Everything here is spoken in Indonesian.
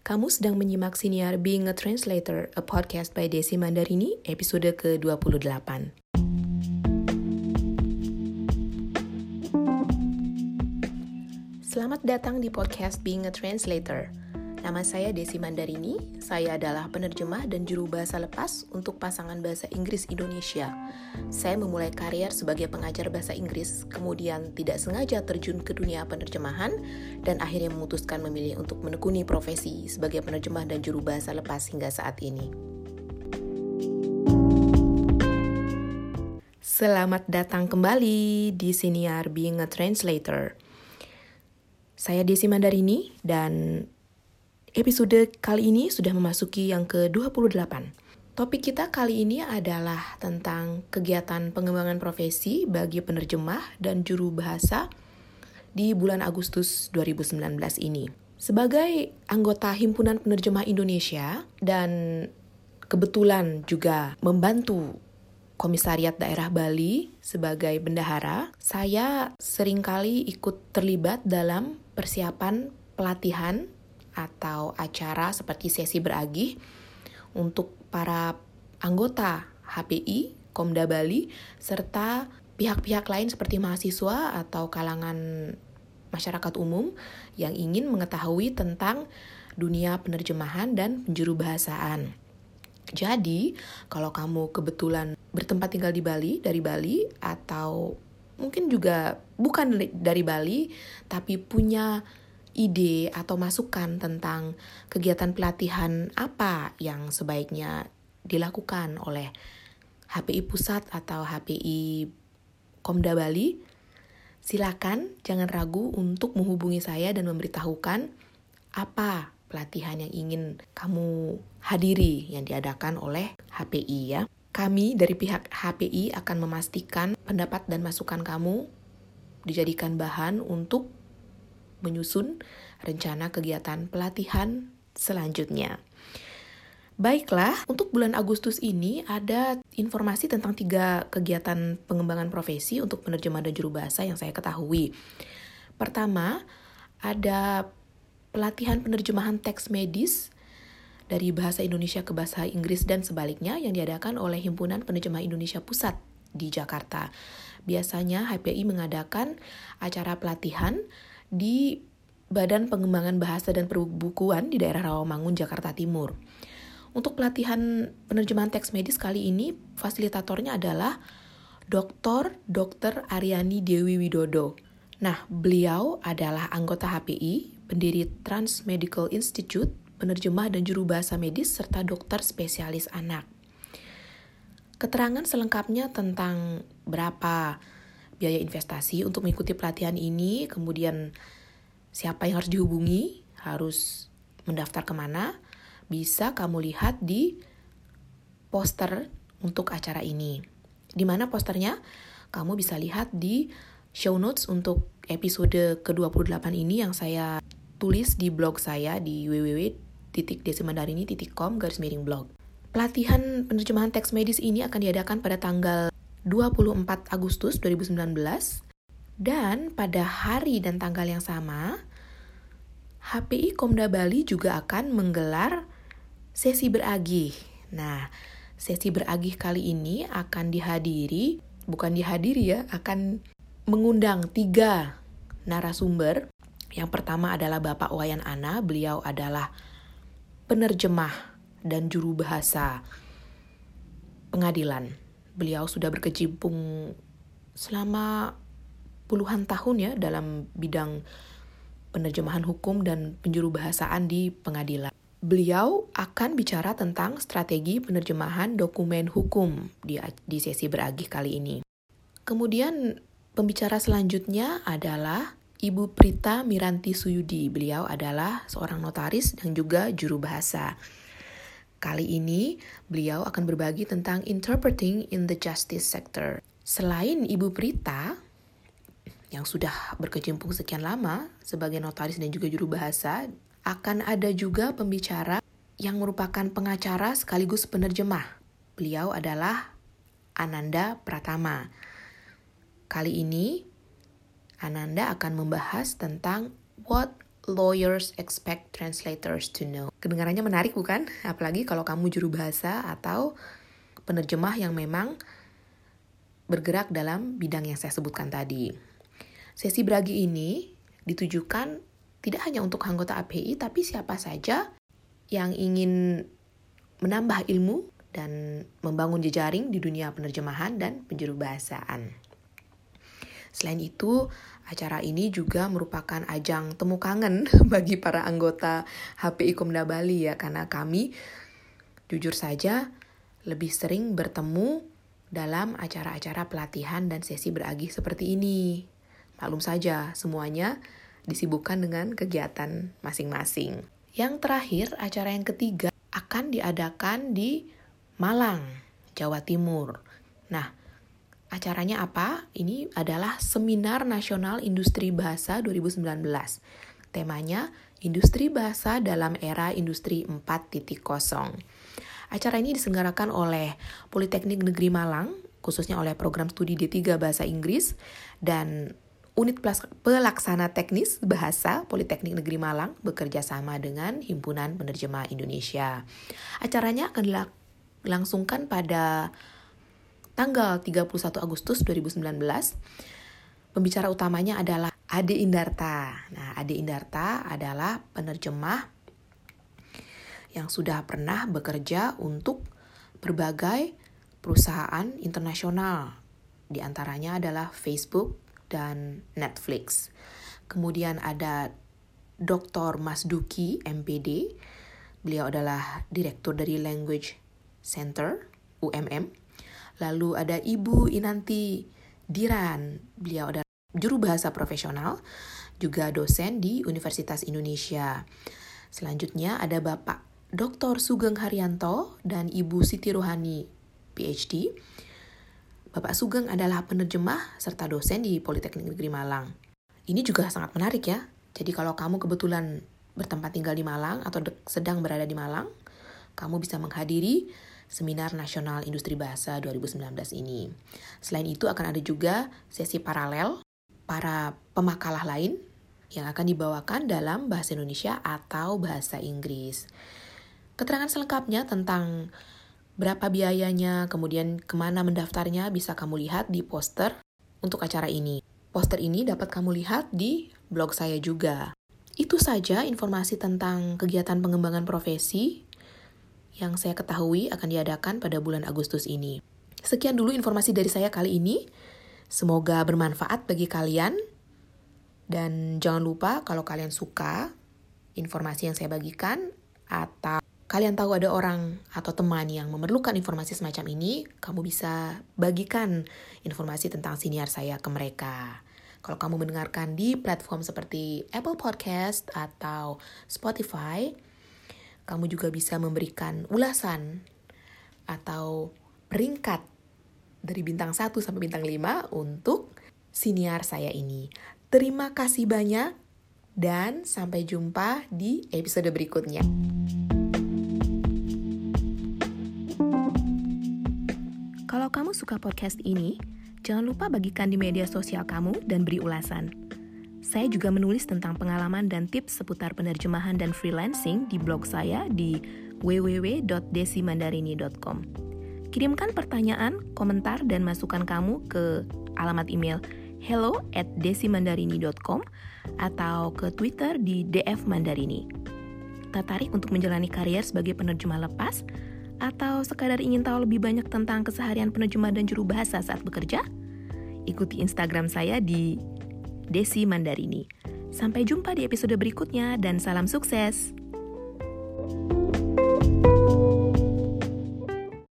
Kamu sedang menyimak Siniar Being a Translator, a podcast by Desi Mandarini, episode ke-28. Selamat datang di podcast Being a Translator. Nama saya Desi Mandarini, saya adalah penerjemah dan juru bahasa lepas untuk pasangan bahasa Inggris Indonesia. Saya memulai karier sebagai pengajar bahasa Inggris, kemudian tidak sengaja terjun ke dunia penerjemahan, dan akhirnya memutuskan memilih untuk menekuni profesi sebagai penerjemah dan juru bahasa lepas hingga saat ini. Selamat datang kembali di Siniar Being a Translator. Saya Desi Mandarini dan episode kali ini sudah memasuki yang ke-28. Topik kita kali ini adalah tentang kegiatan pengembangan profesi bagi penerjemah dan juru bahasa di bulan Agustus 2019 ini. Sebagai anggota Himpunan Penerjemah Indonesia dan kebetulan juga membantu Komisariat Daerah Bali sebagai bendahara, saya seringkali ikut terlibat dalam persiapan pelatihan atau acara seperti sesi beragih untuk para anggota HPI, Komda Bali, serta pihak-pihak lain seperti mahasiswa atau kalangan masyarakat umum yang ingin mengetahui tentang dunia penerjemahan dan penjurubahasaan. Jadi, kalau kamu kebetulan bertempat tinggal di Bali, dari Bali, atau mungkin juga bukan dari Bali, tapi punya ide atau masukan tentang kegiatan pelatihan apa yang sebaiknya dilakukan oleh HPI Pusat atau HPI Komda Bali, silakan jangan ragu untuk menghubungi saya dan memberitahukan apa pelatihan yang ingin kamu hadiri yang diadakan oleh HPI ya. Kami dari pihak HPI akan memastikan pendapat dan masukan kamu dijadikan bahan untuk menyusun rencana kegiatan pelatihan selanjutnya. Baiklah, untuk bulan Agustus ini ada informasi tentang 3 kegiatan pengembangan profesi untuk penerjemah dan juru bahasa yang saya ketahui. Pertama, ada pelatihan penerjemahan teks medis dari bahasa Indonesia ke bahasa Inggris dan sebaliknya yang diadakan oleh Himpunan Penerjemah Indonesia Pusat di Jakarta. Biasanya HPI mengadakan acara pelatihan di Badan Pengembangan Bahasa dan Perbukuan di daerah Rawamangun, Jakarta Timur. Untuk pelatihan penerjemahan teks medis kali ini, fasilitatornya adalah Dr. Aryani Dewi Widodo. Nah, beliau adalah anggota HPI, pendiri Trans Medical Institute, penerjemah dan juru bahasa medis, serta dokter spesialis anak. Keterangan selengkapnya tentang berapa biaya investasi untuk mengikuti pelatihan ini, kemudian siapa yang harus dihubungi, harus mendaftar kemana, bisa kamu lihat di poster untuk acara ini. Di mana posternya? Kamu bisa lihat di show notes untuk episode ke-28 ini yang saya tulis di blog saya di www.desimandarini.com/blog. Pelatihan penerjemahan teks medis ini akan diadakan pada tanggal 24 Agustus 2019 dan pada hari dan tanggal yang sama HPI Komda Bali juga akan menggelar sesi beragih. Nah, sesi beragih kali ini akan akan mengundang 3 narasumber. Yang pertama adalah Bapak Wayan Ana, beliau adalah penerjemah dan juru bahasa pengadilan. Beliau sudah berkecimpung selama puluhan tahun ya dalam bidang penerjemahan hukum dan penjurubahasaan di pengadilan. Beliau akan bicara tentang strategi penerjemahan dokumen hukum di sesi beragih kali ini. Kemudian pembicara selanjutnya adalah Ibu Prita Miranti Suyudi. Beliau adalah seorang notaris dan juga juru bahasa. Kali ini, beliau akan berbagi tentang interpreting in the justice sector. Selain Ibu Prita, yang sudah berkecimpung sekian lama sebagai notaris dan juga juru bahasa, akan ada juga pembicara yang merupakan pengacara sekaligus penerjemah. Beliau adalah Ananda Pratama. Kali ini, Ananda akan membahas tentang what lawyers expect translators to know. Kedengarannya menarik bukan? Apalagi kalau kamu juru bahasa atau penerjemah yang memang bergerak dalam bidang yang saya sebutkan tadi. Sesi beragi ini ditujukan tidak hanya untuk anggota API, tapi siapa saja yang ingin menambah ilmu dan membangun jejaring di dunia penerjemahan dan penjurubahasaan. Selain itu, acara ini juga merupakan ajang temu kangen bagi para anggota HPI Komda Bali ya, karena kami jujur saja lebih sering bertemu dalam acara-acara pelatihan dan sesi beragih seperti ini. Maklum saja, semuanya disibukkan dengan kegiatan masing-masing. Yang terakhir, acara yang ketiga akan diadakan di Malang, Jawa Timur. Nah, acaranya apa? Ini adalah Seminar Nasional Industri Bahasa 2019. Temanya, Industri Bahasa dalam Era Industri 4.0. Acara ini diselenggarakan oleh Politeknik Negeri Malang, khususnya oleh program studi D3 Bahasa Inggris, dan Unit Pelaksana Teknis Bahasa Politeknik Negeri Malang bekerja sama dengan Himpunan Penerjemah Indonesia. Acaranya akan dilangsungkan pada tanggal 31 Agustus 2019, pembicara utamanya adalah Ade Indarta. Nah, Ade Indarta adalah penerjemah yang sudah pernah bekerja untuk berbagai perusahaan internasional. Di antaranya adalah Facebook dan Netflix. Kemudian ada Dr. Mas Duki, MPD. Beliau adalah direktur dari Language Center, UMM. Lalu ada Ibu Inanti Diran, beliau adalah juru bahasa profesional, juga dosen di Universitas Indonesia. Selanjutnya ada Bapak Dr. Sugeng Haryanto dan Ibu Siti Rohani, PhD. Bapak Sugeng adalah penerjemah serta dosen di Politeknik Negeri Malang. Ini juga sangat menarik ya. Jadi kalau kamu kebetulan bertempat tinggal di Malang atau sedang berada di Malang, kamu bisa menghadiri Seminar Nasional Industri Bahasa 2019 ini. Selain itu akan ada juga sesi paralel para pemakalah lain yang akan dibawakan dalam bahasa Indonesia atau bahasa Inggris. Keterangan selengkapnya tentang berapa biayanya, kemudian kemana mendaftarnya bisa kamu lihat di poster untuk acara ini. Poster ini dapat kamu lihat di blog saya juga. Itu saja informasi tentang kegiatan pengembangan profesi yang saya ketahui akan diadakan pada bulan Agustus ini. Sekian dulu informasi dari saya kali ini. Semoga bermanfaat bagi kalian. Dan jangan lupa kalau kalian suka informasi yang saya bagikan, atau kalian tahu ada orang atau teman yang memerlukan informasi semacam ini, kamu bisa bagikan informasi tentang siniar saya ke mereka. Kalau kamu mendengarkan di platform seperti Apple Podcast atau Spotify, kamu juga bisa memberikan ulasan atau peringkat dari bintang 1 sampai bintang 5 untuk siniar saya ini. Terima kasih banyak dan sampai jumpa di episode berikutnya. Kalau kamu suka podcast ini, jangan lupa bagikan di media sosial kamu dan beri ulasan. Saya juga menulis tentang pengalaman dan tips seputar penerjemahan dan freelancing di blog saya di www.desimandarini.com. Kirimkan pertanyaan, komentar, dan masukan kamu ke alamat email hello@desimandarini.com atau ke Twitter di @dfmandarini. Tertarik untuk menjalani karier sebagai penerjemah lepas? Atau sekadar ingin tahu lebih banyak tentang keseharian penerjemah dan juru bahasa saat bekerja? Ikuti Instagram saya di Desi Mandarini. Sampai jumpa di episode berikutnya dan salam sukses!